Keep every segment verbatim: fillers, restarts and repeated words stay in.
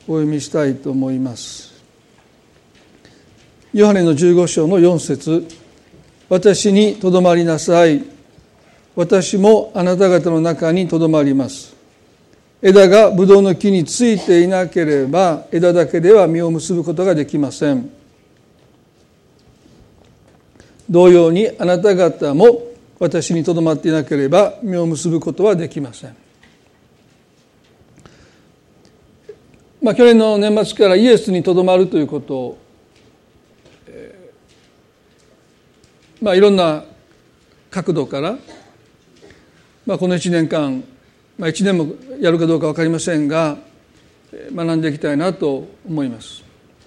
お読みしたいと思います。ヨハネのじゅうご章のよん節、私にとどまりなさい。私もあなた方の中にとどまります。枝がブドウの木についていなければ、枝だけでは実を結ぶことができません。同様にあなた方も私にとどまっていなければ実を結ぶことはできません。まあ、去年の年末からイエスにとどまるということを、えーまあ、いろんな角度から、まあ、このいちねんかん、まあ、いちねんもやるかどうか分かりませんが学んでいきたいなと思います。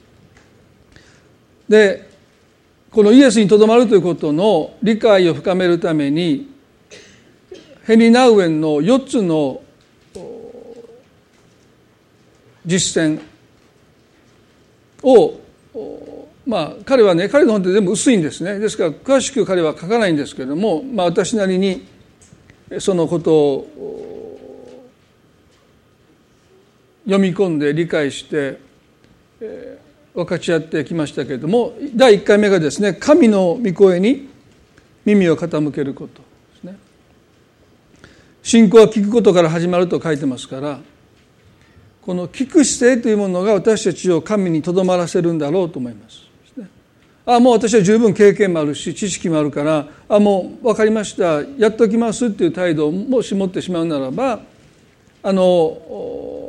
で、このイエスにとどまるということの理解を深めるためにヘンリー・ナウエンのよっつの実践を、まあ彼はね、彼の本って全部薄いんですね。ですから詳しく彼は書かないんですけれども、まあ私なりにそのことを読み込んで理解して、えー、分かち合ってきましたけれども、だいいっかいめがですね、神の御声に耳を傾けることですね。信仰は聞くことから始まると書いてますから、この聞く姿勢というものが私たちを神にとどまらせるんだろうと思います。あ、もう私は十分経験もあるし知識もあるから、あ、もう分かりました、やっときますっていう態度をもし持ってしまうならば、あの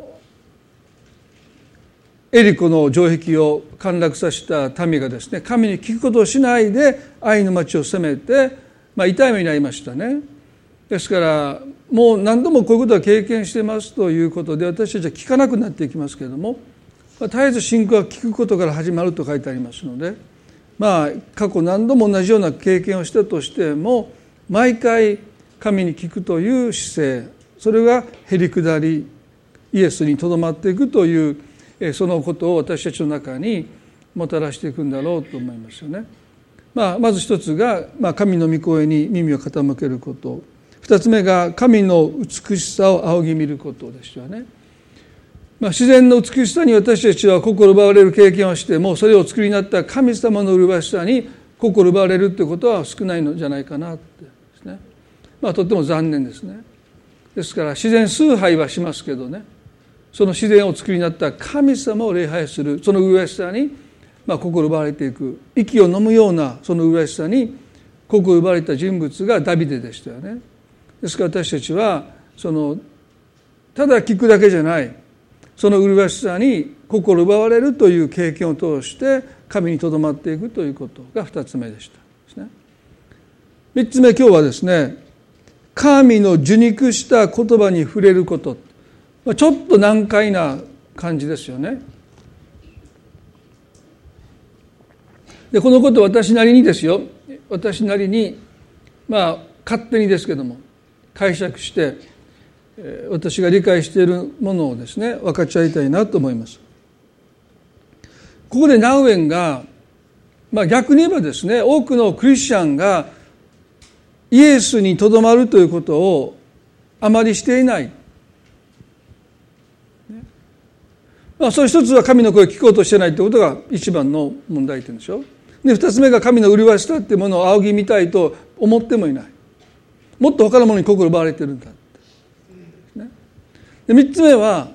エリコの城壁を陥落させた民がですね、神に聞くことをしないで愛の町を攻めて、まあ、痛い目になりましたね。ですからもう何度もこういうことは経験してますということで、私たちは聞かなくなっていきますけれども、まあ、絶えず信仰は聞くことから始まると書いてありますので、まあ過去何度も同じような経験をしたとしても、毎回神に聞くという姿勢、それがへりくだりイエスにとどまっていくというそのことを私たちの中にもたらしていくんだろうと思いますよね。まあ、まず一つが、まあ、神の御声に耳を傾けること。二つ目が神の美しさを仰ぎ見ることでしたよね。まあ、自然の美しさに私たちは心奪われる経験をしても、それをお作りになった神様の麗しさに心奪われるということは少ないのじゃないかなってですね。まあ、とっても残念ですね。ですから自然崇拝はしますけどね、その自然をお作りになった神様を礼拝するその麗しさに、まあ、心奪われていく、息を飲むようなその麗しさに心奪われた人物がダビデでしたよね。ですから私たちはそのただ聞くだけじゃない、その麗しさに心奪われるという経験を通して神にとどまっていくということが二つ目でしたですね。三つ目、今日はですね、神の受肉した言葉に触れること、ちょっと難解な感じですよね。でこのことを私なりにですよ、私なりにまあ勝手にですけども解釈して私が理解しているものをですね分かち合いたいなと思います。ここでナウエンが、まあ、逆に言えばですね、多くのクリスチャンがイエスにとどまるということをあまりしていない、まあ、その一つは神の声を聞こうとしてないということが一番の問題点でしょ。で二つ目が神の麗しさっていうものを仰ぎ見たいと思ってもいない、もっと他のものに心奪われてるんだ。で三つ目は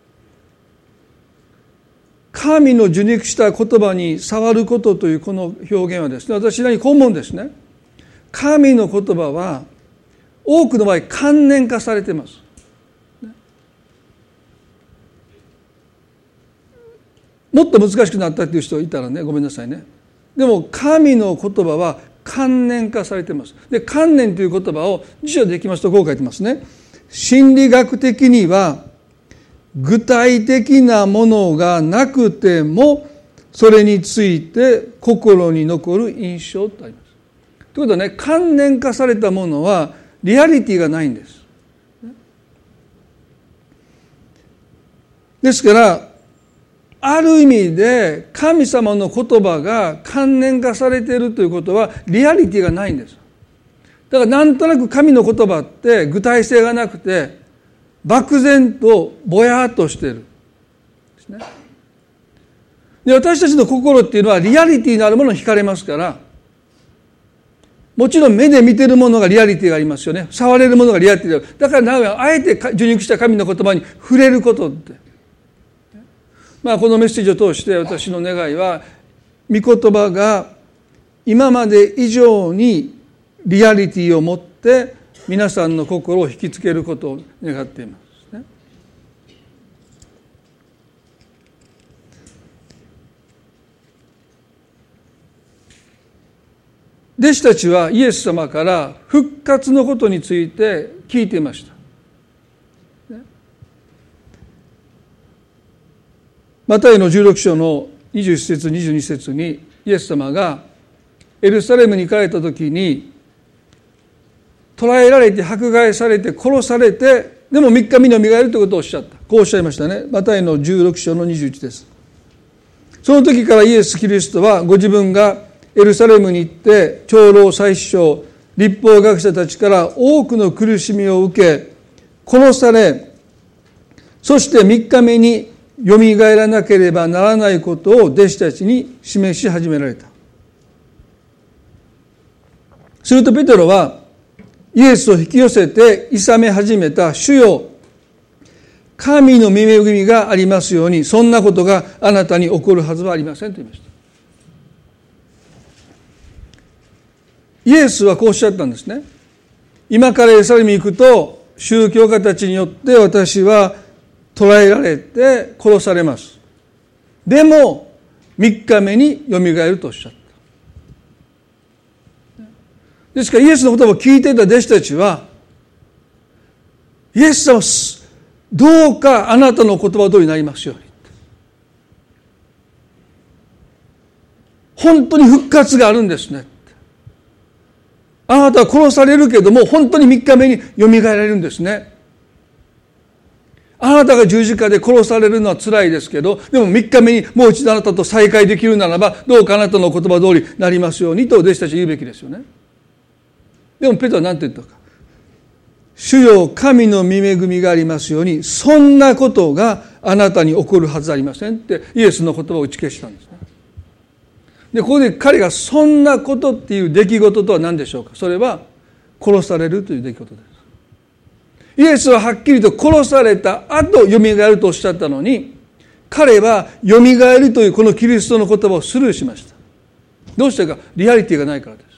神の受肉した言葉に触ることというこの表現はですね、私なりにこう思うんですね。神の言葉は多くの場合観念化されています。もっと難しくなったっていう人いたらね、ごめんなさいね。でも神の言葉は観念化されています。で、観念という言葉を辞書でいきますとこう書いてますね。心理学的には具体的なものがなくてもそれについて心に残る印象とあります。ということはね、観念化されたものはリアリティがないんです。ですからある意味で神様の言葉が観念化されているということはリアリティがないんです。だからなんとなく神の言葉って具体性がなくて漠然とぼやっとしている。 ですね。で、私たちの心っていうのはリアリティのあるものに惹かれますから、もちろん目で見てるものがリアリティがありますよね。触れるものがリアリティである。だからなおあえて受肉した神の言葉に触れることって、まあこのメッセージを通して私の願いは、御言葉が今まで以上にリアリティを持って皆さんの心を引きつけることを願っていますね。弟子たちはイエス様から復活のことについて聞いていました。マタイのじゅうろく章のにじゅういち節にじゅうに節にイエス様がエルサレムに行かれた時に捕らえられて迫害されて殺されて、でも三日目によみがえるということをおっしゃった。こうおっしゃいましたね。マタイのじゅうろく章のにじゅういちです。その時からイエス・キリストはご自分がエルサレムに行って長老祭司長律法学者たちから多くの苦しみを受け殺され、そして三日目によみがえらなければならないことを弟子たちに示し始められた。するとペテロはイエスを引き寄せていさめ始めた。主よ、神の恵みがありますように、そんなことがあなたに起こるはずはありませんと言いました。イエスはこうおっしゃったんですね。今からエルサレムに行くと宗教家たちによって私は捕らえられて殺されます。でも三日目によみがえるとおっしゃった。ですからイエスの言葉を聞いていた弟子たちは、イエス様、どうかあなたの言葉通りになりますように。本当に復活があるんですね。あなたは殺されるけども本当に三日目によみがえられるんですね。あなたが十字架で殺されるのは辛いですけど、でも三日目にもう一度あなたと再会できるならば、どうかあなたの言葉通りになりますようにと弟子たち言うべきですよね。でもペテロは何て言ったか。主よ、神の御恵みがありますように、そんなことがあなたに起こるはずありませんってイエスの言葉を打ち消したんですね。で、ここで彼がそんなことっていう出来事とは何でしょうか。それは殺されるという出来事です。イエスははっきりと殺された後よみがえるとおっしゃったのに、彼はよみがえるというこのキリストの言葉をスルーしました。どうしてか、リアリティがないからです。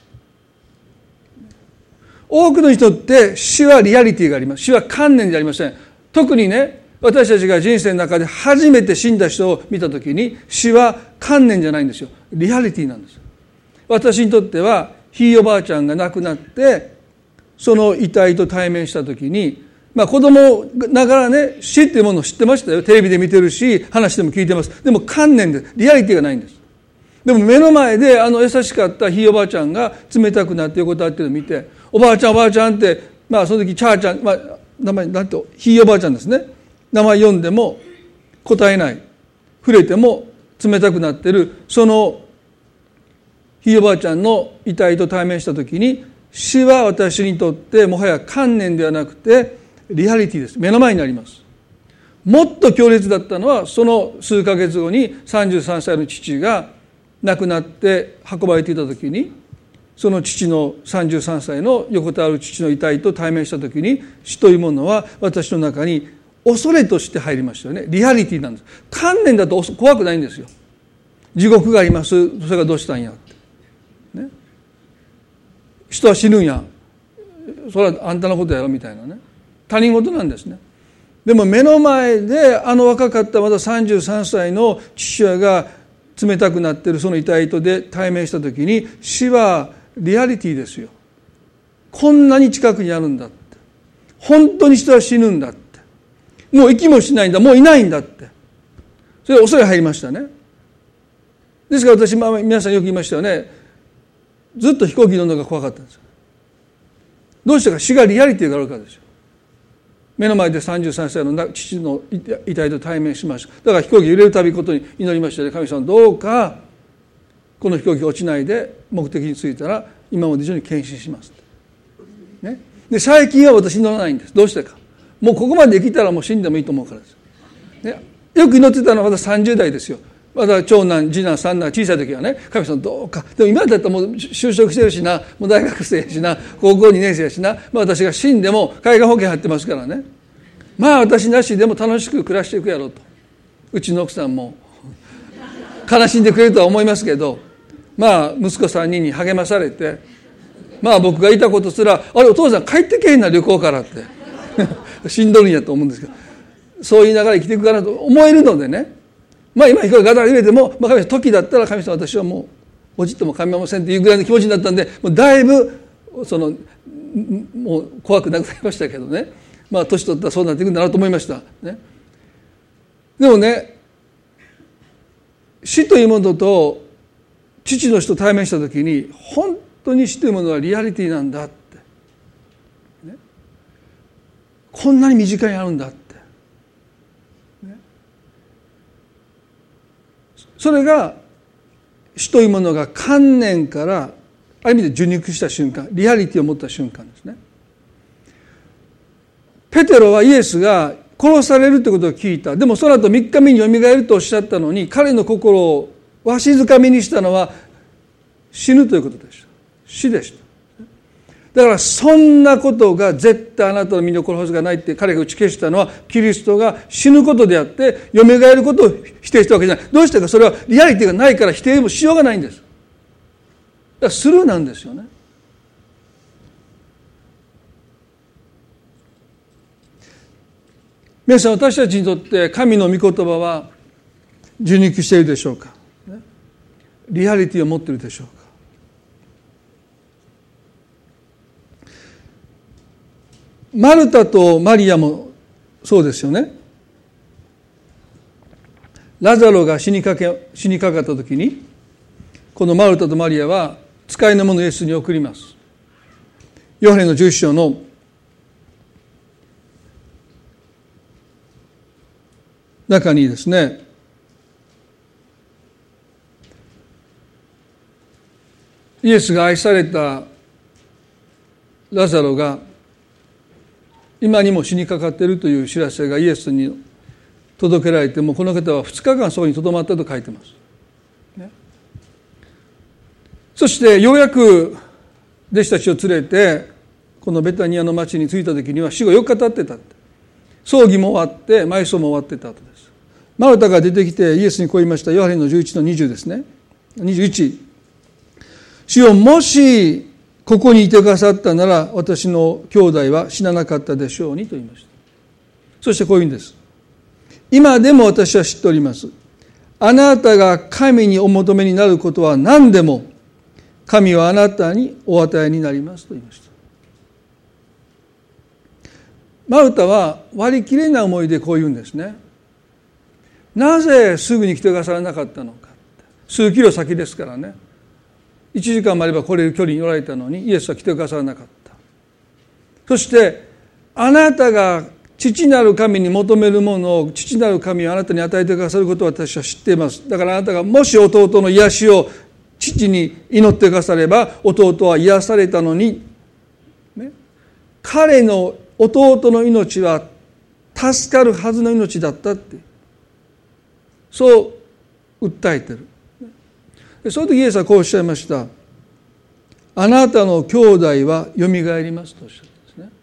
多くの人にとって死はリアリティがあります。死は観念でありません。特にね、私たちが人生の中で初めて死んだ人を見たときに、死は観念じゃないんですよ。リアリティなんです。私にとってはひいおばあちゃんが亡くなってその遺体と対面したときに、まあ子供ながらね、死っていうものを知ってましたよ。テレビで見てるし話でも聞いてます。でも観念でリアリティがないんです。でも目の前であの優しかったひいおばあちゃんが冷たくなって横たわってるのを見て、おばあちゃんおばあちゃんって、まあその時チャーちゃん、まあ名前なんてひいおばあちゃんですね、名前読んでも答えない、触れても冷たくなってるそのひいおばあちゃんの遺体と対面したときに、死は私にとってもはや観念ではなくてリアリティです。目の前にあります。もっと強烈だったのは、その数ヶ月後にさんじゅうさんさいの父が亡くなって運ばれていたときに、その父のさんじゅうさんさいの横たわる父の遺体と対面したときに、死というものは私の中に恐れとして入りましたよね。リアリティなんです。観念だと怖くないんですよ。地獄があります、それがどうしたんやって、ね、人は死ぬんや、それはあんたのことやろみたいなね、他人事なんですね。でも目の前であの若かったまださんじゅうさんさいの父親が冷たくなっているその遺体とで対面したときに、死はリアリティですよ。こんなに近くにあるんだって、本当に人は死ぬんだって、もう息もしないんだ、もういないんだって、それ恐れ入りましたね。ですから私、まあ、皆さんよく言いましたよね。ずっと飛行機乗るのが怖かったんですよ。どうしてか、死がリアリティがあるからですよ。目の前でさんじゅうさんさいの父の遺体と対面しました。だから飛行機揺れるたびことに祈りましたね。神様どうかこの飛行機落ちないで目的に着いたら今まで以上に献身します、ね、で最近は私乗らないんです。どうしてか、もうここまで来たらもう死んでもいいと思うからです、ね、 よく祈ってたのはまださんじゅう代ですよ。まだ長男次男三男小さい時はね、神様どうか。でも今だったらもう就職してるしな、もう大学生やしな、高校にねん生やしな、まあ、私が死んでも海外保険入ってますからね、まあ私なしでも楽しく暮らしていくやろうと。うちの奥さんも悲しんでくれるとは思いますけど、まあ息子さんにんに励まされて、まあ僕がいたことすら、あれお父さん帰ってけへんな旅行からってしんどるんやと思うんですけど、そう言いながら生きていくかなと思えるのでね、まあ今いくらガタガタ入れても、まあ、神様時だったら神様私はもうおじっとも神ませんっていうぐらいの気持ちになったんで、もうだいぶそのもう怖くなくなりましたけどね、まあ年取ったらそうなっていくんだなと思いましたね。でもね、死というものと父の死と対面した時に、本当に死というものはリアリティなんだって、ね、こんなに身近にあるんだって、ね、それが死というものが観念からある意味で受肉した瞬間、リアリティを持った瞬間ですね。ペテロはイエスが殺されるということを聞いた。でもその後みっかめによみがえるとおっしゃったのに、彼の心をわしづかみにしたのは死ぬということでした。死でした。だからそんなことが絶対あなたの身に起こるはずがないって彼が打ち消したのは、キリストが死ぬことであってよみがえることを否定したわけじゃない。どうしてか、それはリアリティがないから否定もしようがないんです。だからスルーなんですよね。皆さん、私たちにとって神の御言葉は受肉しているでしょうか。リアリティを持っているでしょうか。マルタとマリアもそうですよね。ラザロが死にかけ、死にかかった時に、このマルタとマリアは使いの者イエスに送ります。ヨハネのじゅういっ章の中にですね、イエスが愛されたラザロが今にも死にかかっているという知らせがイエスに届けられても、この方はふつかかんそこにとどまったと書いてます、ね、そしてようやく弟子たちを連れてこのベタニアの町に着いた時には死後よっか経ってたって、葬儀も終わって埋葬も終わってた後です。マルタが出てきてイエスにこう言いました。ヨハネのじゅういちのにじゅうですね。にじゅういち、主よ、もしここにいてくださったなら私の兄弟は死ななかったでしょうにと言いました。そしてこういうんです。今でも私は知っております。あなたが神にお求めになることは何でも神はあなたにお与えになりますと言いました。マルタは割り切れない思いでこう言うんですね。なぜすぐに来てくださらなかったのか。数キロ先ですからね。いちじかんもあれば来れる距離におられたのにイエスは来てくださらなかった。そしてあなたが父なる神に求めるものを父なる神はあなたに与えてくださることを私は知っています。だからあなたがもし弟の癒しを父に祈ってくだされば弟は癒されたのに、ね、彼の弟の命は助かるはずの命だったってそう訴えてる。その時イエスはこうおっしゃいました。あなたの兄弟はよみがえりますとおっしゃったん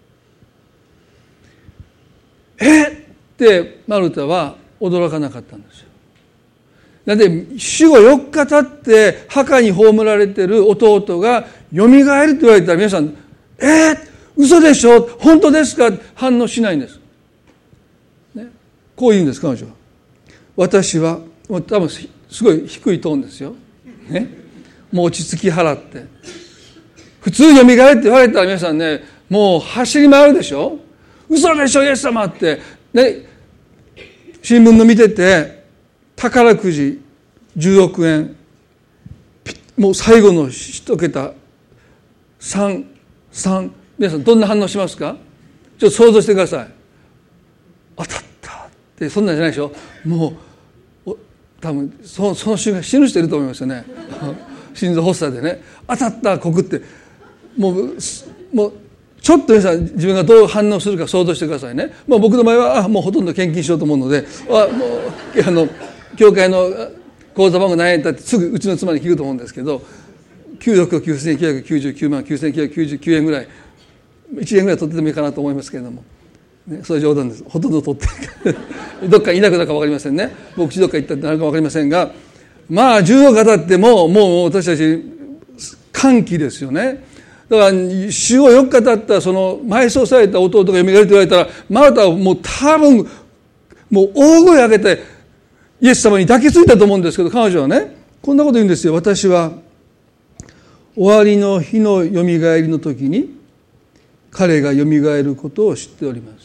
ですね。えってマルタは驚かなかったんですよ。だって死後よっか経って墓に葬られてる弟がよみがえると言われたら皆さんえー、嘘でしょ本当ですか反応しないんです、ね、こう言うんです彼女は。私はもう多分すごい低いトーンですよ、ね、もう落ち着き払って普通よみがえって言われたら皆さんねもう走り回るでしょ。嘘でしょイエス様って、ね、新聞の見てて宝くじじゅうおくえんもう最後の一桁さん、さん皆さんどんな反応しますか。ちょっと想像してください。当たったってそんなんじゃないでしょ。もう多分 そ, その瞬間死ぬ人いると思いますよね心臓発作でね当たったこくってもうもうちょっと皆さん自分がどう反応するか想像してくださいね。まあ、僕の場合はあもうほとんど献金しようと思うので、あもうあの教会の口座番号何円だってすぐうちの妻に聞くと思うんですけど、きゅうおくきゅうせんきゅうひゃくきゅうじゅうきゅうまんきゅうせんきゅうひゃくきゅうじゅうきゅうえんぐらい、いちえんぐらい取っててもいいかなと思いますけれども、ね、それ冗談です。ほとんど取ってどっかいなくなるか分かりませんね。牧師どっか行ったってなるか分かりませんが、まあじゅうおく当たってももう私たち歓喜ですよね。だから主をよっか経ったその埋葬された弟が蘇ると言われたら、マルタはもう多分もう大声上げてイエス様に抱きついたと思うんですけど、彼女はねこんなこと言うんですよ。私は終わりの日のよみがえりの時に彼がよみがえることを知っております。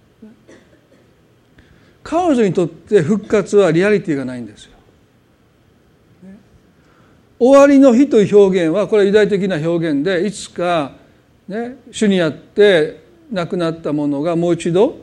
彼女にとって復活はリアリティがないんですよ。終わりの日という表現はこれはユダヤ的な表現で、いつか、ね、主にあって亡くなったものがもう一度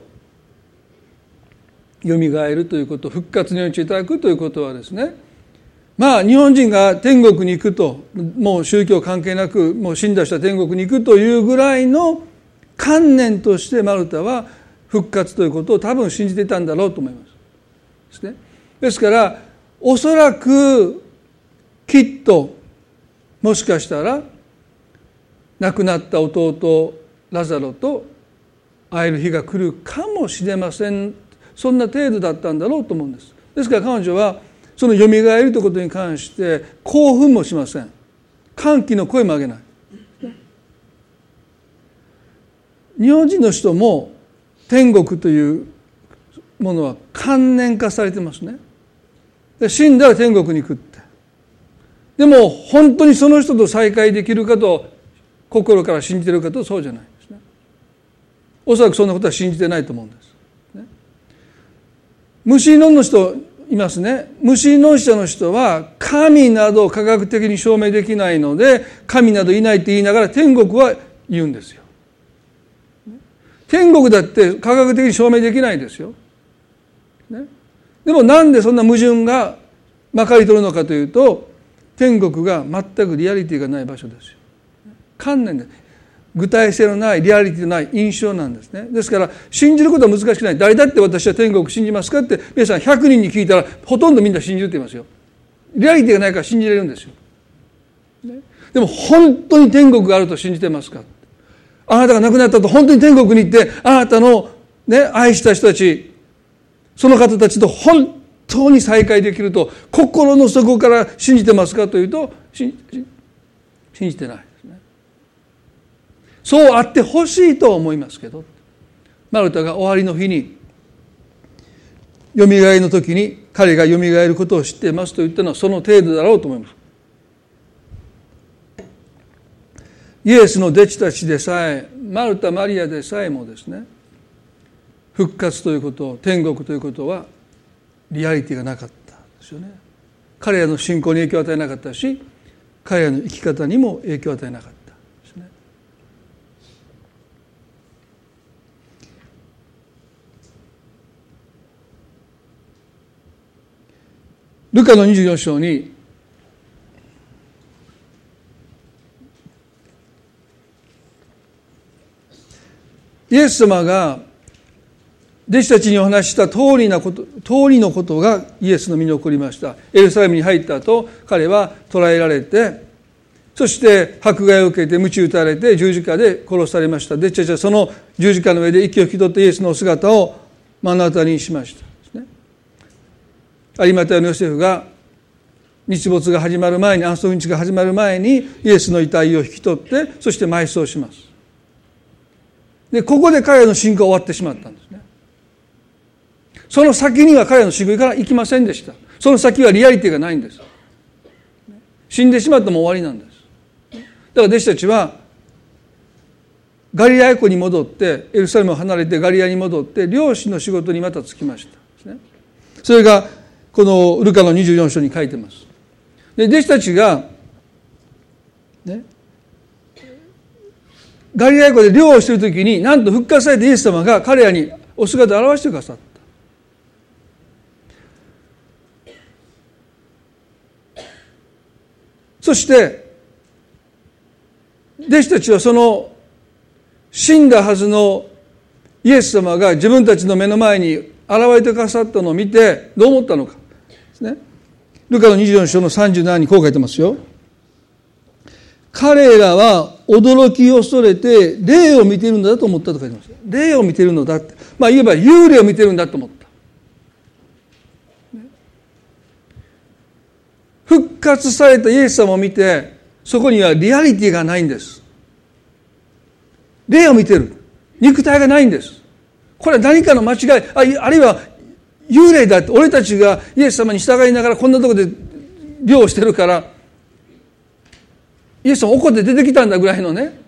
よみがえるということ、復活に命いただくということはですね、まあ日本人が天国に行くと、もう宗教関係なくもう死んだ人は天国に行くというぐらいの観念としてマルタは復活ということを多分信じていたんだろうと思いますですね。ですからおそらくきっともしかしたら亡くなった弟ラザロと会える日が来るかもしれません。そんな程度だったんだろうと思うんです。ですから彼女はそのよみがえるということに関して興奮もしません。歓喜の声も上げない。日本人の人も天国というものは観念化されてますね。で死んだら天国に行くって。でも本当にその人と再会できるかと心から信じているかとそうじゃないですね。おそらくそんなことは信じてないと思うんです、ね、無神論の人いますね。無神論者の人は神など科学的に証明できないので神などいないって言いながら天国は言うんですよ。天国だって科学的に証明できないですよ、ね、でもなんでそんな矛盾がまかり取るのかというと、天国が全くリアリティがない場所ですよ。観念で具体性のないリアリティのない印象なんですね。ですから信じることは難しくない。誰だって私は天国信じますかって皆さんひゃくにんに聞いたらほとんどみんな信じるって言いますよ。リアリティがないから信じれるんですよ、ね、でも本当に天国があると信じてますか。あなたが亡くなったと本当に天国に行ってあなたの、ね、愛した人たちその方たちと本当に再会できると心の底から信じてますかというと信じてないですね。そうあってほしいと思いますけど、マルタが終わりの日によみがえりの時に彼がよみがえることを知っていますと言ったのはその程度だろうと思います。イエスの弟子たちでさえ、マルタ・マリアでさえもですね、復活ということ、天国ということはリアリティがなかったですよね。彼らの信仰に影響を与えなかったし、彼らの生き方にも影響を与えなかったですね。ルカのにじゅうよん章にイエス様が弟子たちにお話した通りなこと、通りのことがイエスの身に起こりました。エルサレムに入った後、彼は捕らえられて、そして迫害を受けて鞭打たれて十字架で殺されました。弟子たちはその十字架の上で息を引き取ってイエスの姿を目の当たりにしました。有馬太のヨセフが日没が始まる前に、安息日が始まる前にイエスの遺体を引き取って、そして埋葬します。でここで彼らの信仰は終わってしまったんですね。その先には彼らの信仰から行きませんでした。その先はリアリティがないんです。死んでしまっても終わりなんです。だから弟子たちはガリラヤ湖に戻ってエルサレムを離れてガリラに戻って漁師の仕事にまた就きました。それがこのルカのにじゅうよん章に書いてます。で弟子たちがねガリラヤ湖で漁をしているときに、なんと復活されたイエス様が彼らにお姿を現してくださった。そして弟子たちはその死んだはずのイエス様が自分たちの目の前に現れてくださったのを見てどう思ったのかですね。ルカのにじゅうよん章のさんじゅうななにこう書いてますよ。彼らは驚きを恐れて霊を見ているのだと思ったと書いてます。霊を見ているのだって、まあ言えば幽霊を見ているんだと思った。復活されたイエス様を見て、そこにはリアリティがないんです。霊を見てる。肉体がないんです。これは何かの間違い、あ, あるいは幽霊だって、俺たちがイエス様に従いながらこんなところで漁をしてるから、イエス様怒って出てきたんだぐらいのね。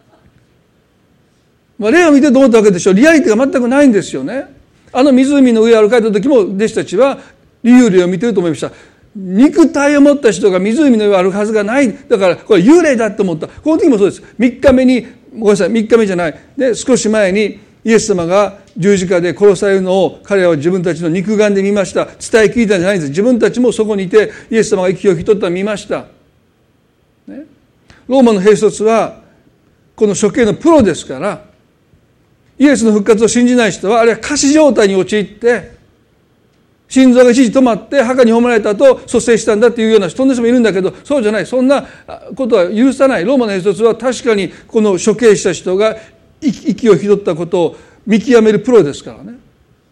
まあ、霊を見てどう思ったわけでしょう。リアリティが全くないんですよね。あの湖の上を歩かれた時も弟子たちは幽霊を見てると思いました。肉体を持った人が湖の上を歩くはずがない。だからこれ幽霊だと思った。この時もそうです。みっかめに、ごめんなさい、みっかめじゃない。で、少し前にイエス様が十字架で殺されるのを彼らは自分たちの肉眼で見ました。伝え聞いたんじゃないんです。自分たちもそこにいてイエス様が息を引き取ったのを見ました。ね、ローマの兵卒はこの処刑のプロですから、イエスの復活を信じない人はあるいは仮死状態に陥って心臓が一時止まって墓に葬られた後蘇生したんだというような人もいるんだけど、そうじゃない。そんなことは許さない。ローマの兵卒は確かにこの処刑した人が息を引き取ったことを見極めるプロですからね。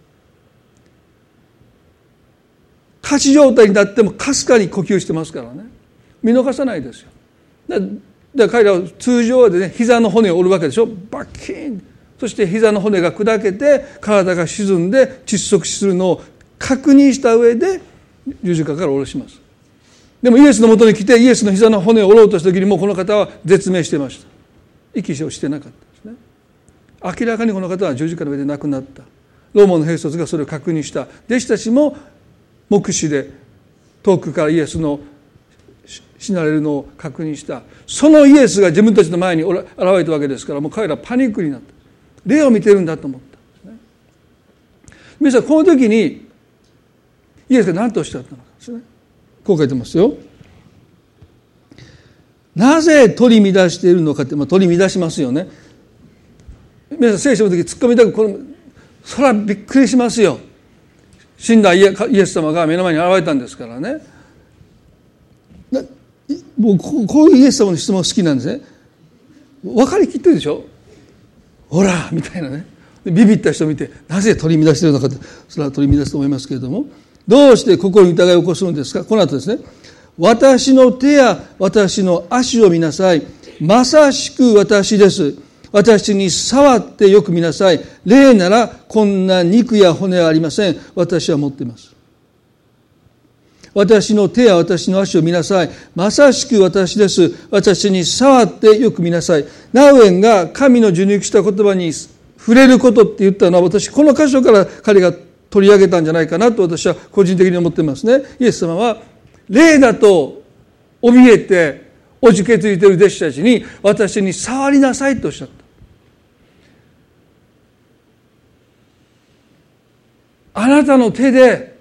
仮死状態になってもかすかに呼吸してますからね。見逃さないですよ。だから彼らは通常はね、膝の骨を折るわけでしょ。バッキーン。そして膝の骨が砕けて体が沈んで窒息死するのを確認した上で十字架から下ろします。でもイエスのもとに来てイエスの膝の骨を折ろうとした時にもうこの方は絶命していました。息をしてなかったですね。明らかにこの方は十字架の上で亡くなった。ローマの兵卒がそれを確認した。弟子たちも目視で遠くからイエスの死なれるのを確認した。そのイエスが自分たちの前に現れたわけですから、もう彼らはパニックになった。霊を見てるんだと思った。皆さん、この時にイエスが何とおっしゃったのかですね。こう書いてますよ。なぜ取り乱しているのかって、まあ、取り乱しますよね。皆さん聖書の時突っ込みたく、これそれはびっくりしますよ。死んだイエス様が目の前に現れたんですからね。もうこういうイエス様の質問好きなんですね。分かりきってるでしょ。ほらみたいなね。ビビった人を見てなぜ取り乱しているのかって、それは取り乱すと思いますけれども、どうして心に疑いを起こすのですか。この後ですね、私の手や私の足を見なさい。まさしく私です。私に触ってよく見なさい。霊ならこんな肉や骨はありません。私は持っています。私の手や私の足を見なさい。まさしく私です。私に触ってよく見なさい。ナウエンが神の受肉した言葉に触れることって言ったのは、私この箇所から彼が取り上げたんじゃないかなと私は個人的に思ってますね。イエス様は霊だと怯えておじけついている弟子たちに、私に触りなさいとおっしゃった。あなたの手で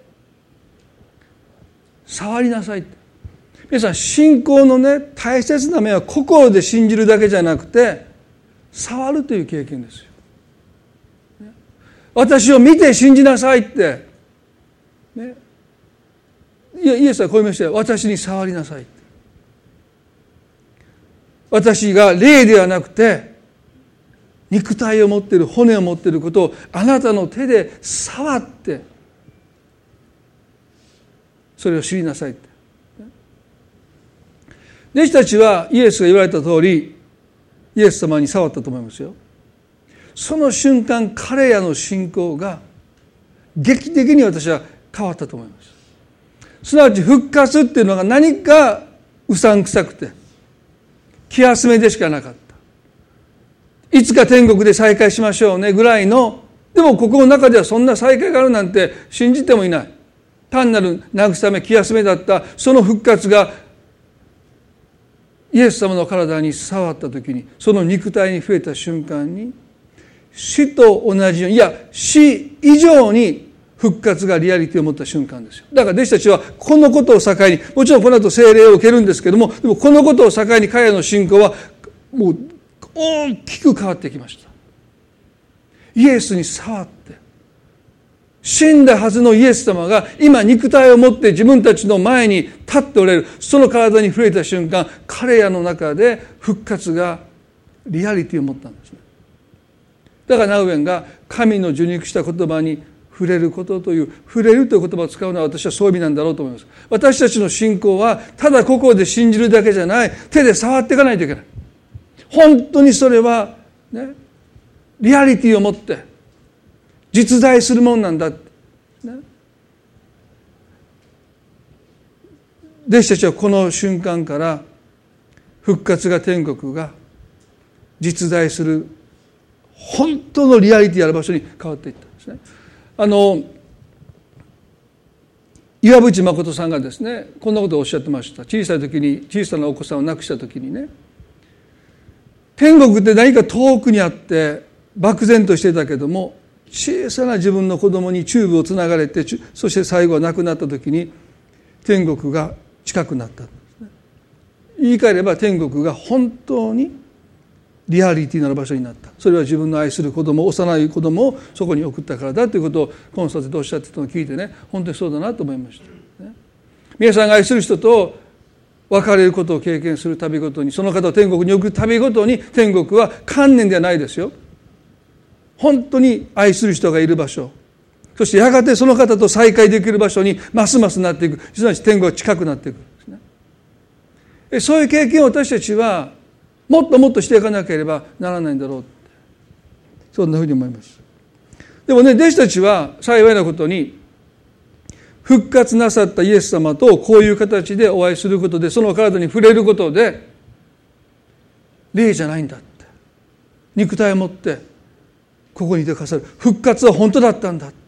触りなさいって。皆さん、信仰のね、大切な面は心で信じるだけじゃなくて触るという経験ですよ。私を見て信じなさいって、ね、イエスはこう言いましたよ。私に触りなさいって。私が霊ではなくて肉体を持っている、骨を持っていることをあなたの手で触ってそれを知りなさいって。弟子たちはイエスが言われた通りイエス様に触ったと思いますよ。その瞬間、彼らの信仰が劇的に私は変わったと思います。すなわち復活っていうのが何かうさんくさくて気休めでしかなかった。いつか天国で再会しましょうねぐらいの、でもここの中ではそんな再会があるなんて信じてもいない。単なる慰め気休めだったその復活がイエス様の体に触った時に、その肉体に触れた瞬間に、死と同じように、いや死以上に復活がリアリティを持った瞬間ですよ。だから弟子たちはこのことを境に、もちろんこの後聖霊を受けるんですけども、でもこのことを境に彼らの信仰はもう大きく変わってきました。イエスに触って、死んだはずのイエス様が今肉体を持って自分たちの前に立っておられる。その体に触れた瞬間、彼らの中で復活がリアリティを持ったんですね。だからナウエンが神の受肉した言葉に触れることという、触れるという言葉を使うのは私はそういう意味なんだろうと思います。私たちの信仰はただ心で信じるだけじゃない、手で触っていかないといけない。本当にそれはね、リアリティを持って実在するもんなんだ、ね、弟子たちはこの瞬間から復活が天国が実在する本当のリアリティある場所に変わっていったんですね。あの岩渕誠さんがですね、こんなことをおっしゃってました。小さい時に、小さなお子さんを亡くした時にね、天国って何か遠くにあって漠然としていたけども、小さな自分の子供にチューブをつながれて、そして最後は亡くなった時に天国が近くなったんですね。言い換えれば天国が本当にリアリティのある場所になった。それは自分の愛する子供、幼い子供をそこに送ったからだということをコンサートでおっしゃってたのを聞いてね、本当にそうだなと思いました、ね、皆さんが愛する人と別れることを経験するたびごとに、その方を天国に送るたびごとに、天国は観念ではないですよ。本当に愛する人がいる場所、そしてやがてその方と再会できる場所にますますなっていく、すなわち天国が近くなっていくんですね。そういう経験を私たちはもっともっとしていかなければならないんだろうって、そんなふうに思います。でもね、弟子たちは幸いなことに復活なさったイエス様とこういう形でお会いすることで、その体に触れることで、霊じゃないんだって、肉体を持ってここにいてくださる、復活は本当だったんだって、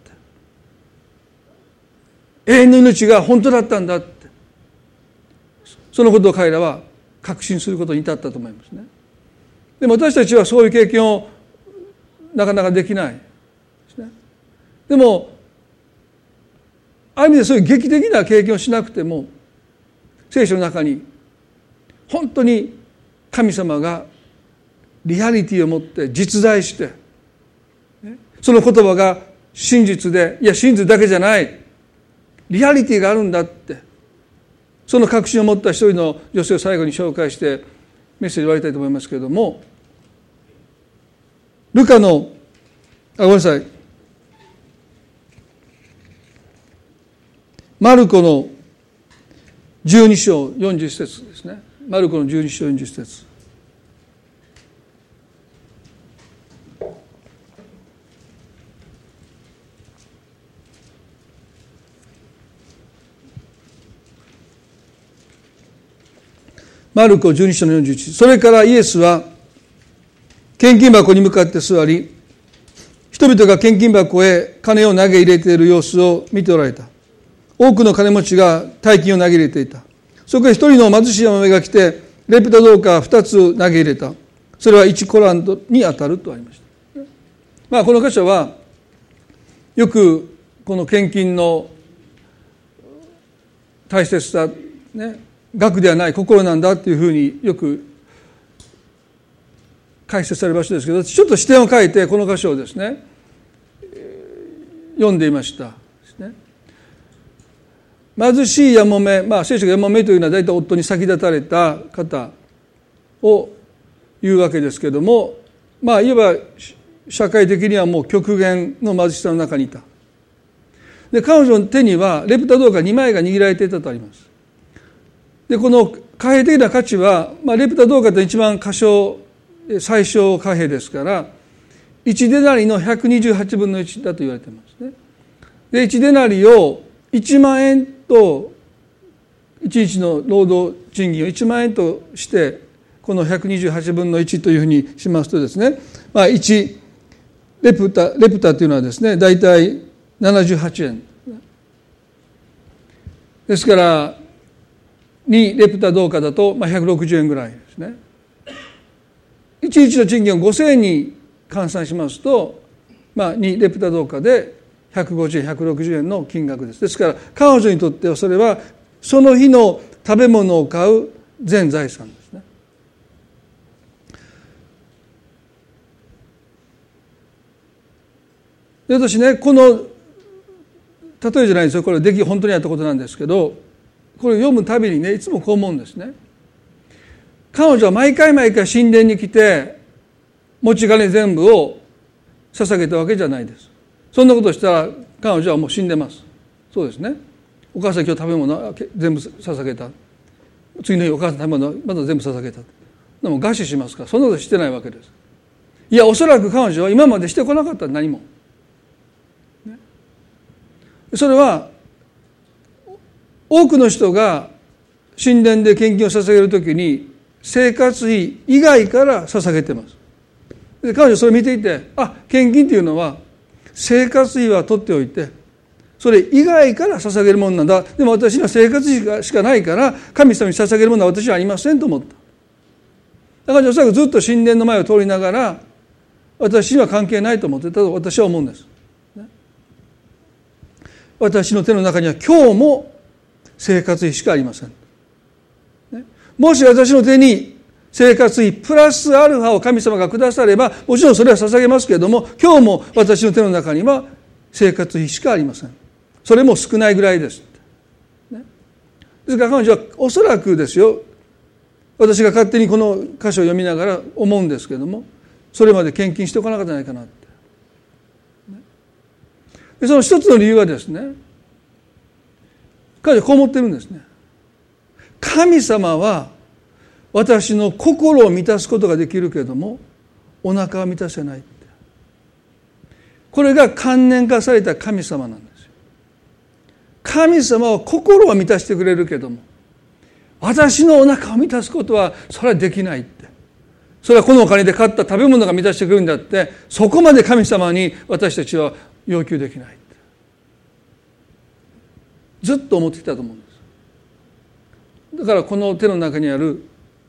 永遠の命が本当だったんだって、そのことを彼らは確信することに至ったと思いますね。でも私たちはそういう経験をなかなかできないですね。でもある意味でそういう劇的な経験をしなくても、聖書の中に本当に神様がリアリティを持って実在して、その言葉が真実で、いや真実だけじゃないリアリティがあるんだって、その確信を持った一人の女性を最後に紹介してメッセージを終わりたいと思いますけれども、ルカのあごめんなさいマルコのじゅうに章よんじゅっ節ですね。マルコのじゅうに章よんじゅっ節。マルコじゅうに章のよんじゅういち。それからイエスは献金箱に向かって座り、人々が献金箱へ金を投げ入れている様子を見ておられた。多くの金持ちが大金を投げ入れていた。そこへ一人の貧しい山女が来て、レプタ銅貨二つ投げ入れた。それは一コラントに当たるとありました。まあこの箇所はよくこの献金の大切さね、額ではない心なんだっていうふうによく解説される場所ですけど、ちょっと視点を変えてこの箇所をですね読んでいました。貧しいやもめ、まあ聖書がやもめというのは大体夫に先立たれた方を言うわけですけれども、まあいわば社会的にはもう極限の貧しさの中にいた。で彼女の手にはレプタ銅貨にまいが握られていたとあります。でこの貨幣的な価値は、まあ、レプタ銅貨って一番過小最小貨幣ですから、いちデナリのひゃくにじゅうはちぶんのいちだと言われていますね。でいちデナリをいちまんえんといちにちの労働賃金をいちまんえんとして、このひゃくにじゅうはちぶんのいちというふうにしますとですね、まあ、いちレプタレプタというのはですね、だいたいななじゅうはちえんですから、にレプタ銅貨だとまあひゃくろくじゅうえんぐらいですね。いちにちの賃金をごせんえんに換算しますと、まあ、にレプタ銅貨でひゃくごじゅうえんひゃくろくじゅうえんの金額です。ですから彼女にとってはそれはその日の食べ物を買う全財産ですね。 で私ね、この例えじゃないですよ、これ出来本当にあったことなんですけど、これを読むたびにね、いつもこう思うんですね。彼女は毎回毎回神殿に来て持ち金全部を捧げたわけじゃないです。そんなことしたら彼女はもう死んでます。そうですね。お母さん今日食べ物全部捧げた、次の日お母さん食べ物まだ全部捧げた、でも餓死しますから、そんなことしてないわけです。いや、おそらく彼女は今までしてこなかった、何も、ね、それは多くの人が神殿で献金を捧げるときに生活費以外から捧げてます。で彼女はそれを見ていて、あ、献金っていうのは生活費は取っておいてそれ以外から捧げるものなんだ。でも私には生活費しかないから神様に捧げるものは私はありませんと思った。だからおそらくずっと神殿の前を通りながら私には関係ないと思ってたと私は思うんです。私の手の中には今日も生活費しかありません。もし私の手に生活費プラスアルファを神様がくださればもちろんそれは捧げますけれども、今日も私の手の中には生活費しかありません。それも少ないぐらいです、ね、ですから彼女はおそらくですよ、私が勝手にこの箇所を読みながら思うんですけれども、それまで献金しておかなかったんじゃないかなって、ね、でその一つの理由はですね、彼女はこう思ってるんですね。神様は私の心を満たすことができるけれどもお腹は満たせないって、これが観念化された神様なんですよ。神様は心を満たしてくれるけども私のお腹を満たすことはそれはできないって、それはこのお金で買った食べ物が満たしてくれるんだって、そこまで神様に私たちは要求できないってずっと思ってきたと思うんです。だからこの手の中にある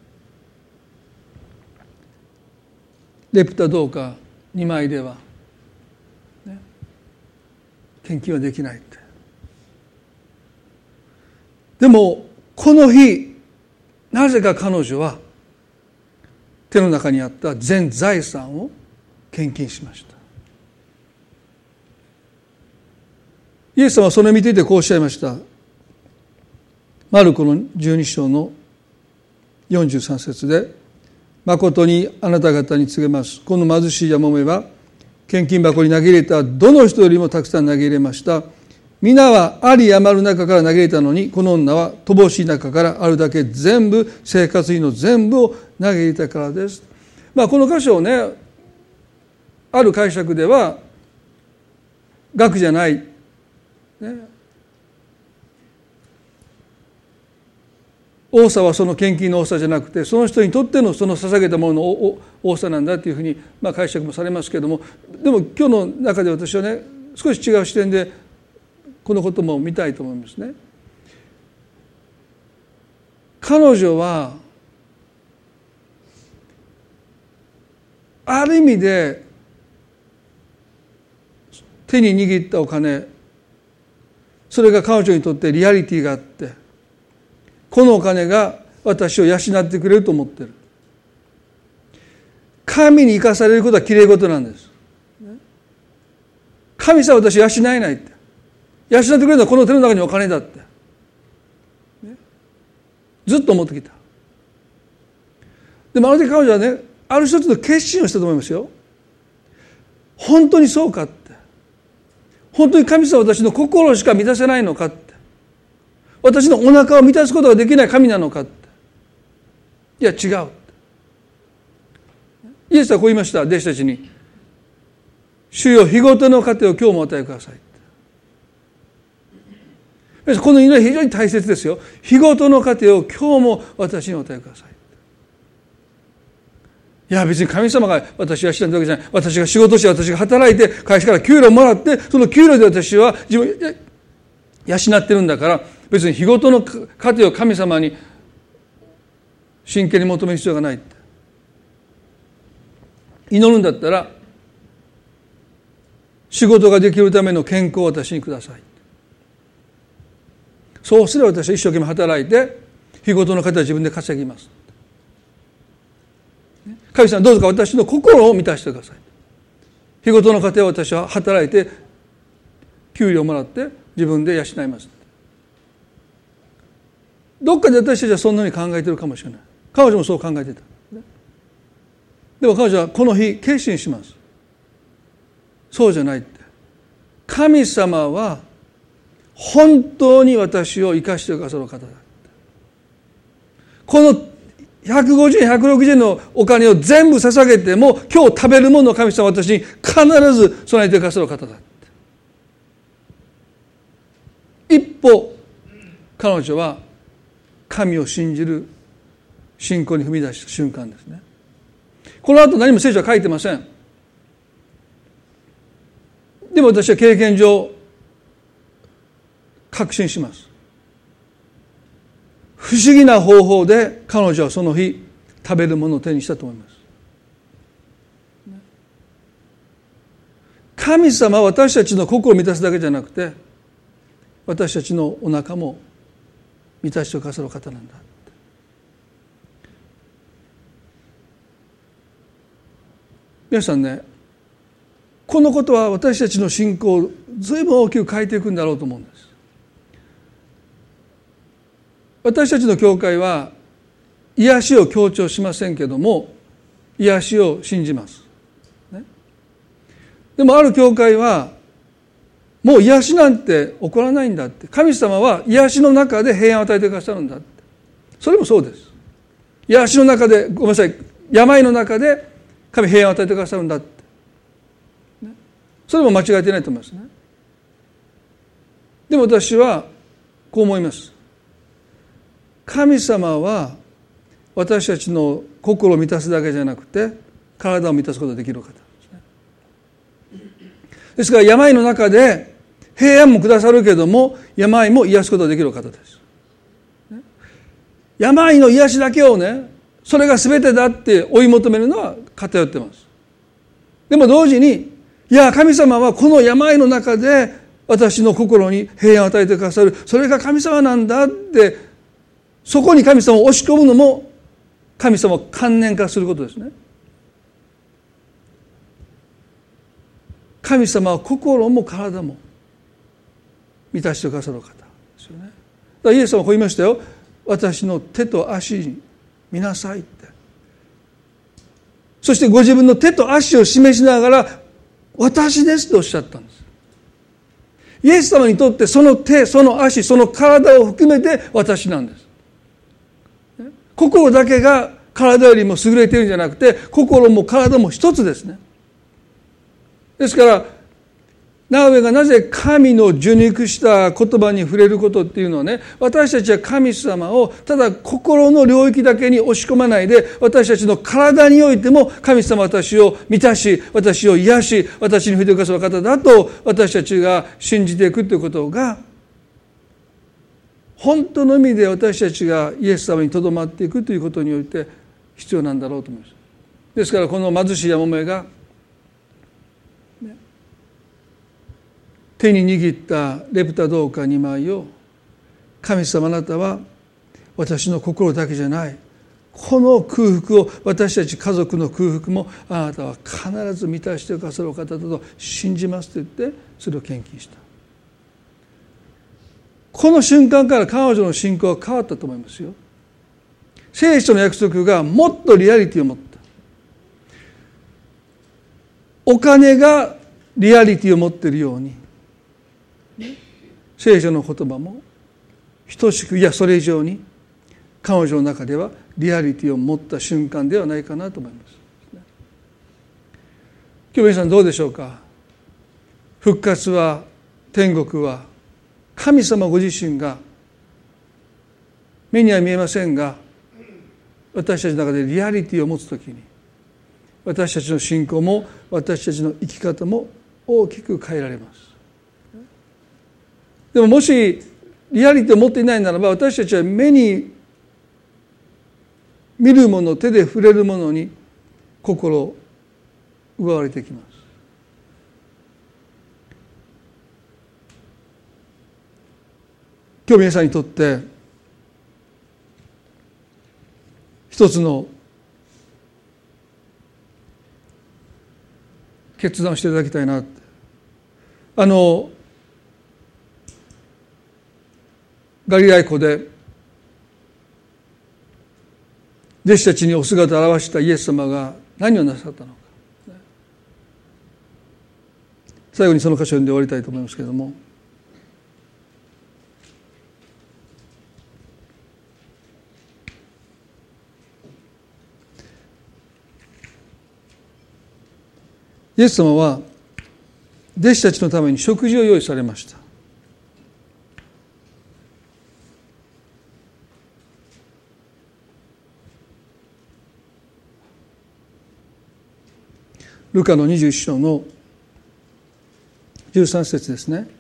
レプタ銅貨にまいでは、ね、献金はできないって。でもこの日なぜか彼女は手の中にあった全財産を献金しました。イエス様はそれを見ていてこうおっしゃいました。マルコのじゅうに章のよんじゅうさん節で、誠にあなた方に告げます。この貧しいやもめは献金箱に投げ入れたどの人よりもたくさん投げ入れました。皆はあり余る中から投げ入れたのに、この女は乏しい中からあるだけ全部、生活費の全部を投げ入れたからです。まあこの箇所をね、ある解釈では額じゃない、ね、多さはその献金の多さじゃなくてその人にとってのその捧げたものの多さなんだというふうにまあ解釈もされますけれども、でも今日の中で私はね少し違う視点でこのことも見たいと思いますね。彼女はある意味で手に握ったお金、それが彼女にとってリアリティがあって、このお金が私を養ってくれると思ってる。神に生かされることはきれい事なんです。神様は私を養えないって。養ってくれるのはこの手の中にお金だって。ずっと思ってきた。でもあの時彼女はね、ある一つの決心をしたと思いますよ。本当にそうかって。本当に神様は私の心しか満たせないのかって。私のお腹を満たすことができない神なのかって。いや違う。イエスはこう言いました。弟子たちに。主よ、日ごとの糧を今日もお与えください。この祈りは非常に大切ですよ。日ごとの糧を今日も私にお与えください。いや別に神様が私は知らないわけじゃない。私が仕事して私が働いて会社から給料をもらってその給料で私は自分養ってるんだから、別に日ごとの糧を神様に真剣に求める必要がないって。祈るんだったら仕事ができるための健康を私にください。そうすれば私は一生懸命働いて日ごとの糧は自分で稼ぎます。神様どうぞか私の心を満たしてください。 日ごとの糧を私は働いて給料をもらって自分で養います。どっかで私たちはそんなに考えているかもしれない。彼女もそう考えていた。でも彼女はこの日決心します。そうじゃないって。神様は本当に私を生かしてくださる方だ。このひゃくごじゅうえんひゃくろくじゅうえんのお金を全部捧げても今日食べるものを神様は私に必ず備えてくださる方だ。一歩彼女は神を信じる信仰に踏み出した瞬間ですね。この後何も聖書は書いてません。でも私は経験上確信します。不思議な方法で彼女はその日食べるものを手にしたと思います。神様は私たちの心を満たすだけじゃなくて私たちのお腹も満たしてくださる方なんだ。皆さんね、このことは私たちの信仰を随分大きく変えていくんだろうと思うんです。私たちの教会は癒しを強調しませんけども癒しを信じます、ね、でもある教会はもう癒しなんて起こらないんだって、神様は癒しの中で平安を与えてくださるんだって。それもそうです。癒しの中でごめんなさい病の中で神平安を与えてくださるんだって、ね、それも間違えてないと思いますね。でも私はこう思います。神様は私たちの心を満たすだけじゃなくて体を満たすことができる方ですね。ですから病の中で平安もくださるけども病も癒すことができる方です。病の癒しだけをね、それが全てだって追い求めるのは偏ってます。でも同時にいや神様はこの病の中で私の心に平安を与えてくださる、それが神様なんだってそこに神様を押し込むのも神様を観念化することですね。神様は心も体も満たしてくださる方ですよね。だからイエス様はこう言いましたよ。私の手と足に見なさいって。そしてご自分の手と足を示しながら私ですとおっしゃったんです。イエス様にとってその手、その足、その体を含めて私なんです。心だけが体よりも優れているんじゃなくて心も体も一つですね。ですからナウエがなぜ神の受肉した言葉に触れることっていうのはね、私たちは神様をただ心の領域だけに押し込まないで私たちの体においても神様は私を満たし私を癒し私に触れてくださる方だと私たちが信じていくということが本当の意味で私たちがイエス様にとどまっていくということにおいて必要なんだろうと思います。ですからこの貧しいやもめが、ね、手に握ったレプタ銅貨にまいを神様あなたは私の心だけじゃないこの空腹を私たち家族の空腹もあなたは必ず満たしてくださるお方だと信じますと言ってそれを献金した。この瞬間から彼女の信仰は変わったと思いますよ。聖書の約束がもっとリアリティを持った。お金がリアリティを持っているように聖書の言葉も等しくいやそれ以上に彼女の中ではリアリティを持った瞬間ではないかなと思います。今日皆さんどうでしょうか。復活は天国は神様ご自身が目には見えませんが私たちの中でリアリティを持つときに私たちの信仰も私たちの生き方も大きく変えられます。でももしリアリティを持っていないならば私たちは目に見るもの手で触れるものに心を奪われてきます。今日皆さんにとって一つの決断をしていただきたいな。あのガリラヤ湖で弟子たちにお姿を現したイエス様が何をなさったのか、最後にその箇所を読んで終わりたいと思いますけれども、イエス様は弟子たちのために食事を用意されました。ルカのにじゅういち章のじゅうさん節ですね。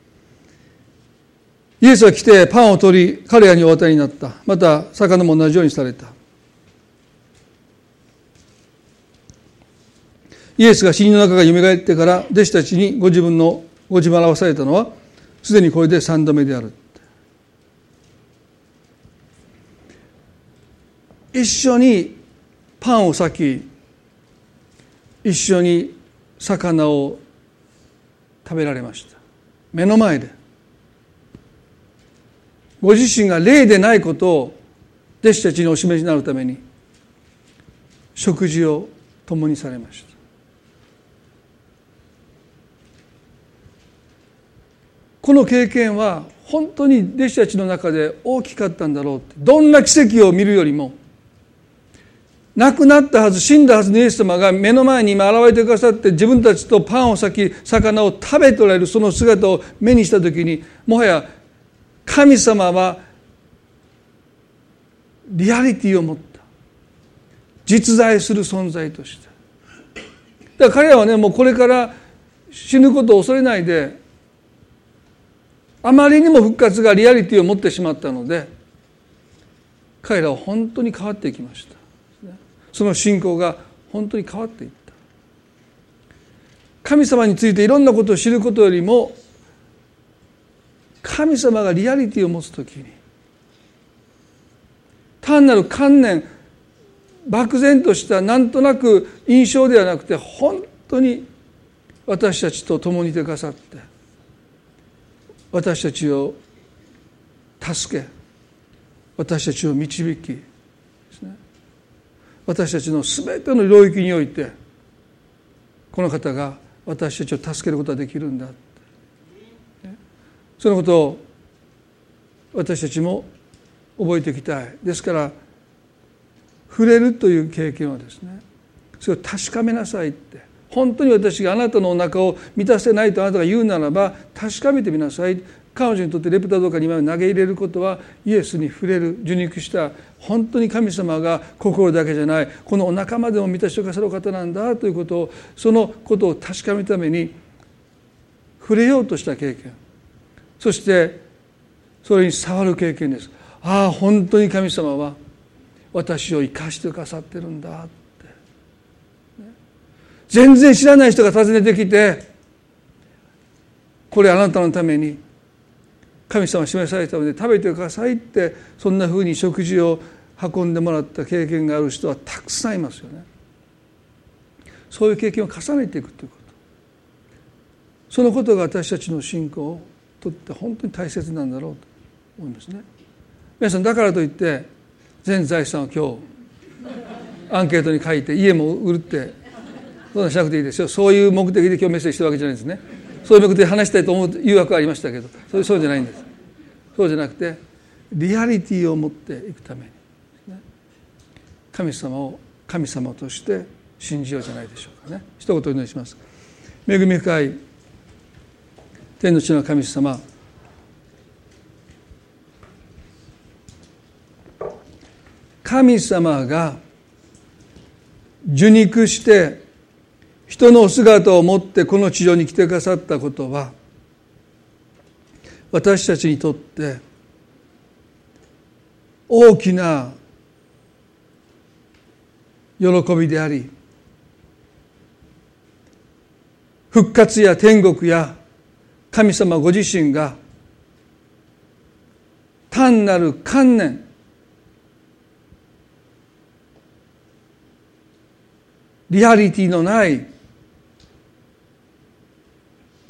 イエスは来てパンを取り彼らにお渡りになった。また魚も同じようにされた。イエスが死人の中がよみがえってから弟子たちにご自分のご自分を表されたのはすでにこれで三度目である。一緒にパンを裂き、一緒に魚を食べられました。目の前でご自身が霊でないことを弟子たちにお示しになるために食事を共にされました。この経験は本当に弟子たちの中で大きかったんだろうって。どんな奇跡を見るよりも亡くなったはず、死んだはずのイエス様が目の前に今現れてくださって自分たちとパンを裂き魚を食べておられるその姿を目にしたときに、もはや神様はリアリティを持った実在する存在として、だから彼らはね、もうこれから死ぬことを恐れないで、あまりにも復活がリアリティを持ってしまったので彼らは本当に変わっていきました。その信仰が本当に変わっていった。神様についていろんなことを知ることよりも神様がリアリティを持つときに、単なる観念、漠然としたなんとなく印象ではなくて、本当に私たちと共にいてくださって私たちを助け、私たちを導きですね、私たちのすべての領域においてこの方が私たちを助けることができるんだって、そのことを私たちも覚えていきたい。ですから触れるという経験はですね、それを確かめなさいって、本当に私があなたのお腹を満たせないとあなたが言うならば確かめてみなさい。彼女にとってレプタどうかに今投げ入れることはイエスに触れる、受肉した本当に神様が心だけじゃない、このお腹までも満たしてくださる方なんだということを、そのことを確かめるために触れようとした経験、そしてそれに触る経験です。ああ、本当に神様は私を生かしてくださってるんだって。全然知らない人が訪ねてきて、これあなたのために神様が示されたので食べてくださいって、そんなふうに食事を運んでもらった経験がある人はたくさんいますよね。そういう経験を重ねていくということ、そのことが私たちの信仰をとって本当に大切なんだろうと思いますね。皆さん、だからといって全財産を今日アンケートに書いて家も売るってそんなしなくていいですよ。そういう目的で今日メッセージしてるわけじゃないですね。そういう目的で話したいと思う誘惑はありましたけど、それそうじゃないんです。そうじゃなくてリアリティを持っていくために神様を神様として信じようじゃないでしょうかね。一言お祈りします。恵み深い天の地の神様、神様が受肉して人のお姿を持ってこの地上に来てくださったことは、私たちにとって大きな喜びであり、復活や天国や神様ご自身が単なる観念、リアリティのない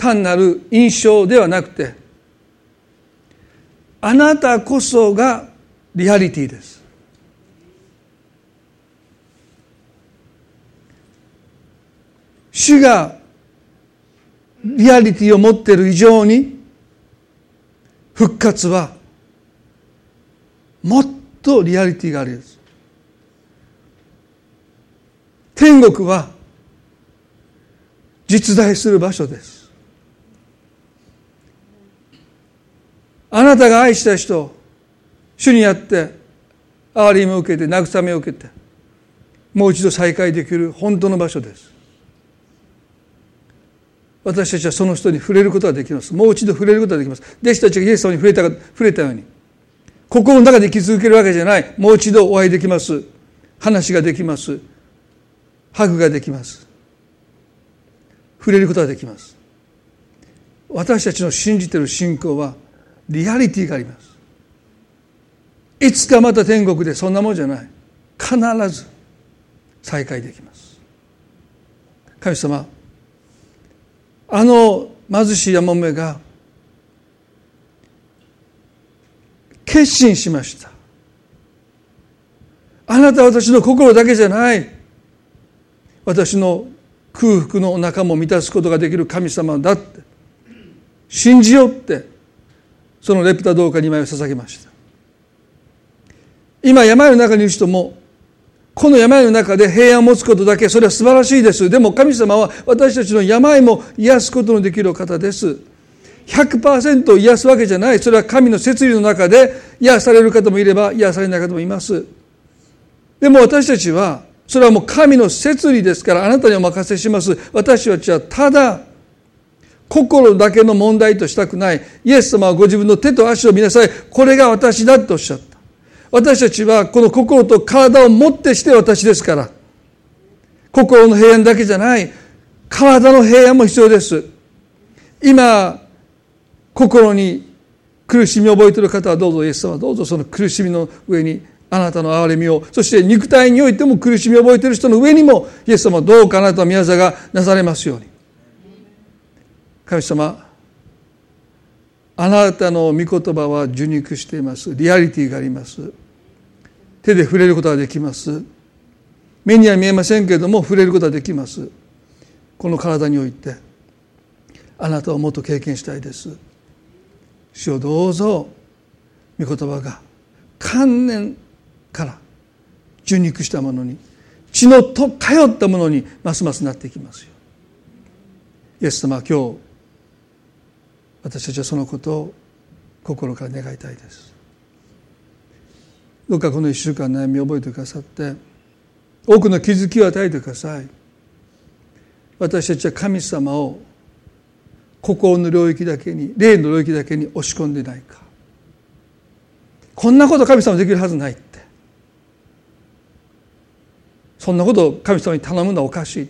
単なる印象ではなくて、あなたこそがリアリティです。主がリアリティを持っている以上に、復活はもっとリアリティがあるんです。天国は実在する場所です。あなたが愛した人、主にあって憐れみを受けて慰めを受けて、もう一度再会できる本当の場所です。私たちはその人に触れることができます。もう一度触れることができます。弟子たちがイエス様に触れた、触れたように、心の中で生き続けるわけじゃない。もう一度お会いできます。話ができます。ハグができます。触れることができます。私たちの信じている信仰はリアリティがあります。いつかまた天国でそんなもんじゃない。必ず再会できます。神様、あの貧しいやもめが決心しました。あなたは私の心だけじゃない。私の空腹のお腹も満たすことができる神様だって信じようって、そのレプタ銅貨にまいを捧げました。今病の中にいる人も、この病の中で平安を持つことだけ、それは素晴らしいです。でも神様は私たちの病も癒すことのできるお方です。ひゃくパーセント 癒すわけじゃない。それは神の摂理の中で癒される方もいれば癒されない方もいます。でも私たちはそれはもう神の摂理ですから、あなたにお任せします。私たちはただ心だけの問題としたくない。イエス様はご自分の手と足を見なさい。これが私だとおっしゃった。私たちはこの心と体をもってして私ですから、心の平安だけじゃない、体の平安も必要です。今心に苦しみを覚えている方はどうぞ、イエス様どうぞその苦しみの上にあなたの憐れみを、そして肉体においても苦しみを覚えている人の上にもイエス様どうかあなたの御業がなされますように。神様、あなたの御言葉は受肉しています。リアリティがあります。手で触れることができます。目には見えませんけれども触れることができます。この体においてあなたをもっと経験したいです。主をどうぞ御言葉が観念から受肉したものに、血のと通ったものにますますなっていきますよ。イエス様、今日私たちはそのことを心から願いたいです。どうかこの一週間悩みを覚えてくださって、多くの気づきを与えてください。私たちは神様を心の領域だけに、霊の領域だけに押し込んでないか。こんなこと神様できるはずないって、そんなことを神様に頼むのはおかしいって、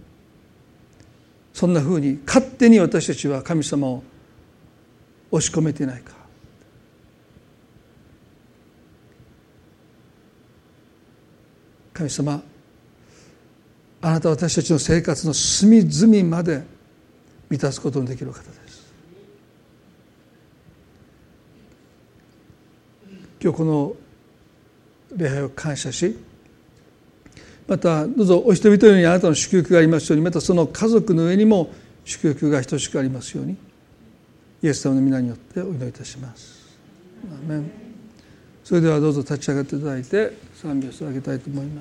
そんなふうに勝手に私たちは神様を押し込めていないか。神様、あなたは私たちの生活の隅々まで満たすことのできる方です。今日この礼拝を感謝し、またどうぞお一人一人にあなたの祝福がありますように、またその家族の上にも祝福が等しくありますように、イエス様の皆によってお祈りいたします。アメン。それではどうぞ立ち上がっていただいて賛美を捧げたいと思います。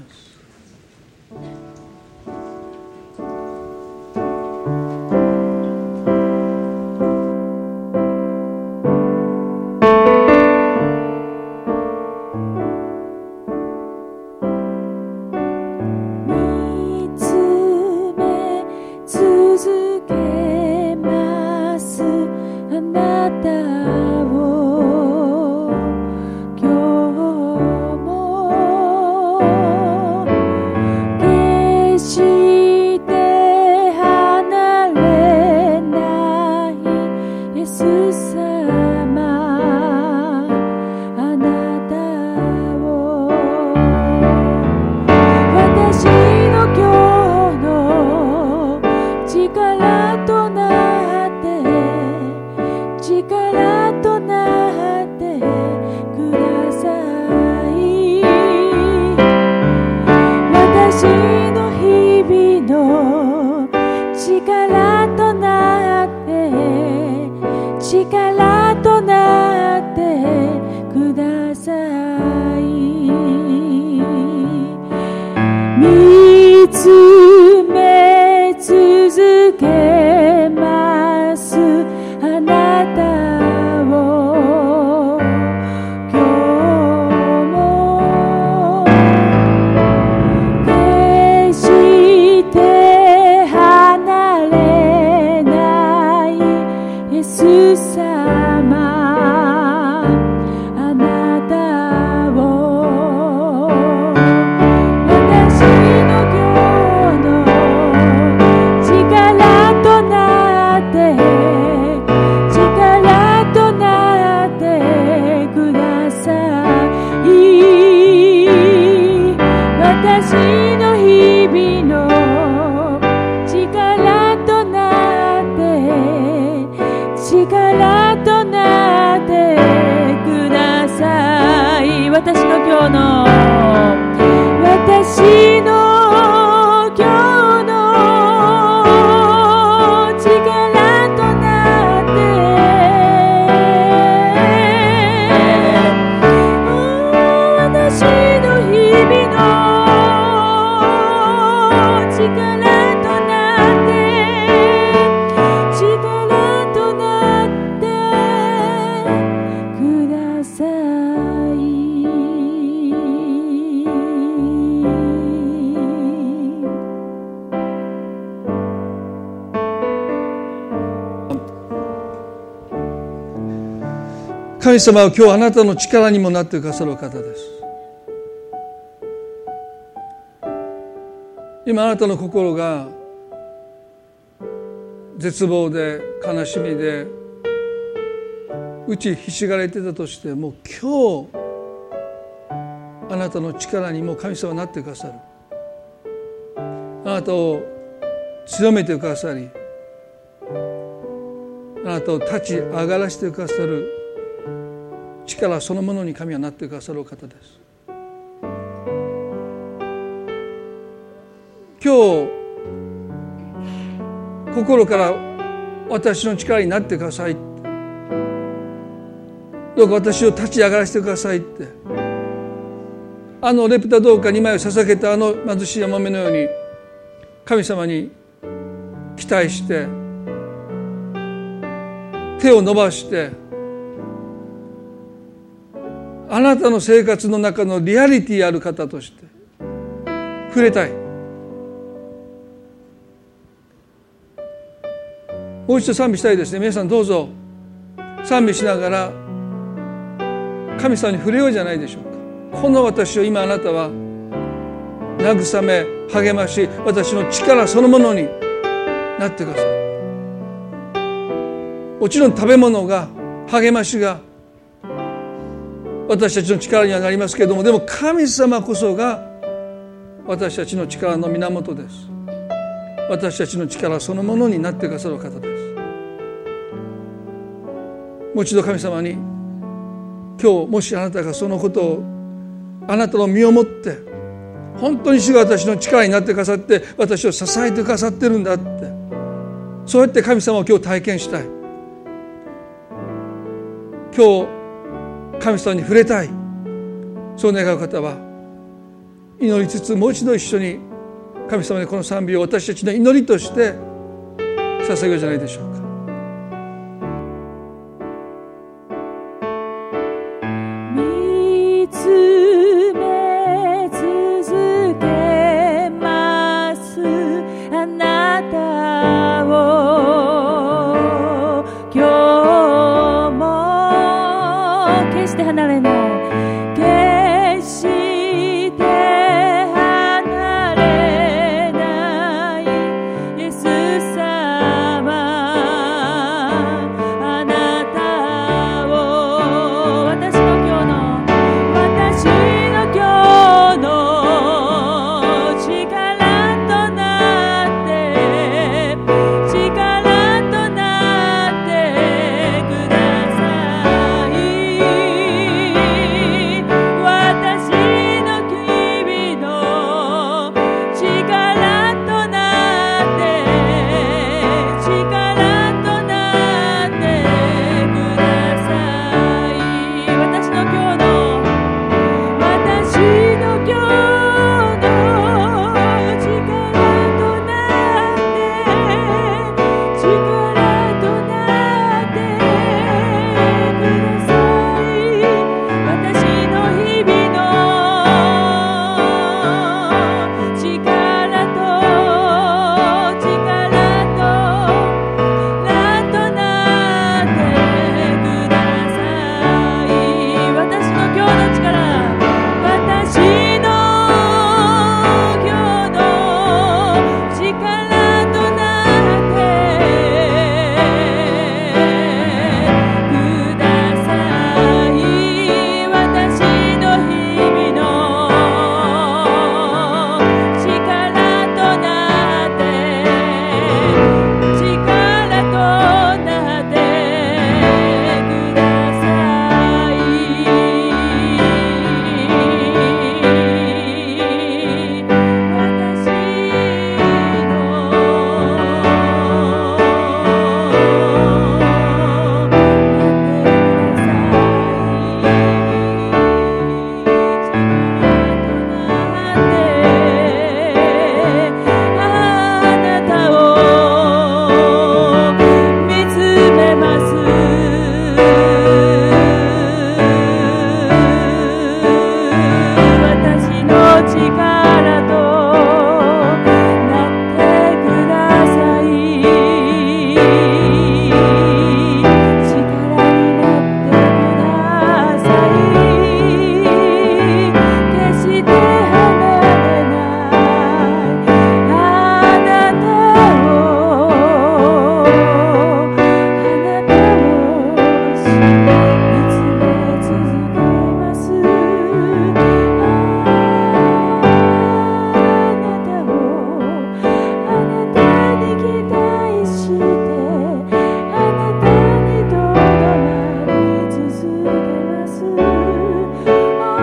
今日もさい。見つめ続けますあなたを今日も決して離れないイエス様あなたを私の今日の力となって力となってください。私の日々の力となって力となってください。私の今日の私の今日の力となって私の日々の力となって力となってください。 神様は今日あなたの力にもなってくださる方です。今あなたの心が絶望で悲しみで打ちひしがれてたとしても、今日あなたの力にも神様はなってくださる。あなたを強めてくださり、あなたを立ち上がらせてくださる力そのものに神はなってくださる方です。今日心から私の力になってくださいって、どうか私を立ち上がらせてくださいって、あのレプタ銅貨にまいを捧げたあの貧しいヤモメのように神様に期待して手を伸ばしてあなたの生活の中のリアリティある方として触れたい。もう一度賛美したいですね。皆さんどうぞ賛美しながら神様に触れようじゃないでしょうか。この私を今あなたは慰め励まし、私の力そのものになってください。もちろん食べ物が励ましが私たちの力にはなりますけれども、でも神様こそが私たちの力の源です。私たちの力そのものになってくださる方です。もう一度神様に、今日もしあなたがそのことをあなたの身をもって本当に主が私の力になってくださって私を支えてくださってるんだって、そうやって神様を今日体験したい。今日神様に触れたい、そう願う方は祈りつつもう一度一緒に神様にこの賛美を私たちの祈りとして捧げようじゃないでしょうか。 見つめ続けますあなたを今日も決して離れない決して離れないイエス様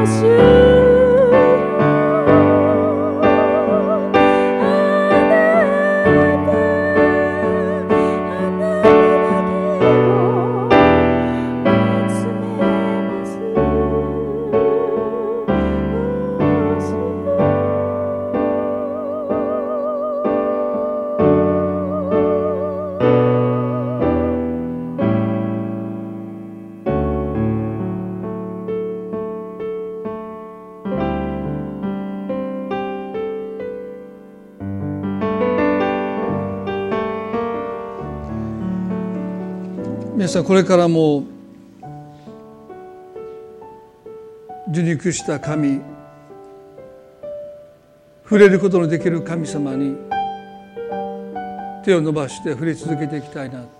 皆さん、これからも受肉した神、触れることのできる神様に手を伸ばして触れ続けていきたいな。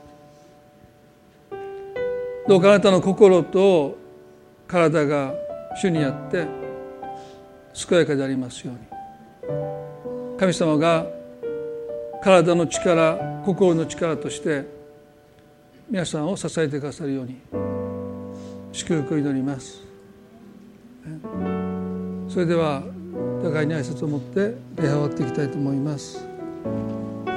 どうかあなたの心と体が主にあって健やかでありますように、神様が体の力、心の力として皆さんを支えてくださるように祝福を祈ります。それでは互いに挨拶を持って礼拝を終わっていきたいと思います。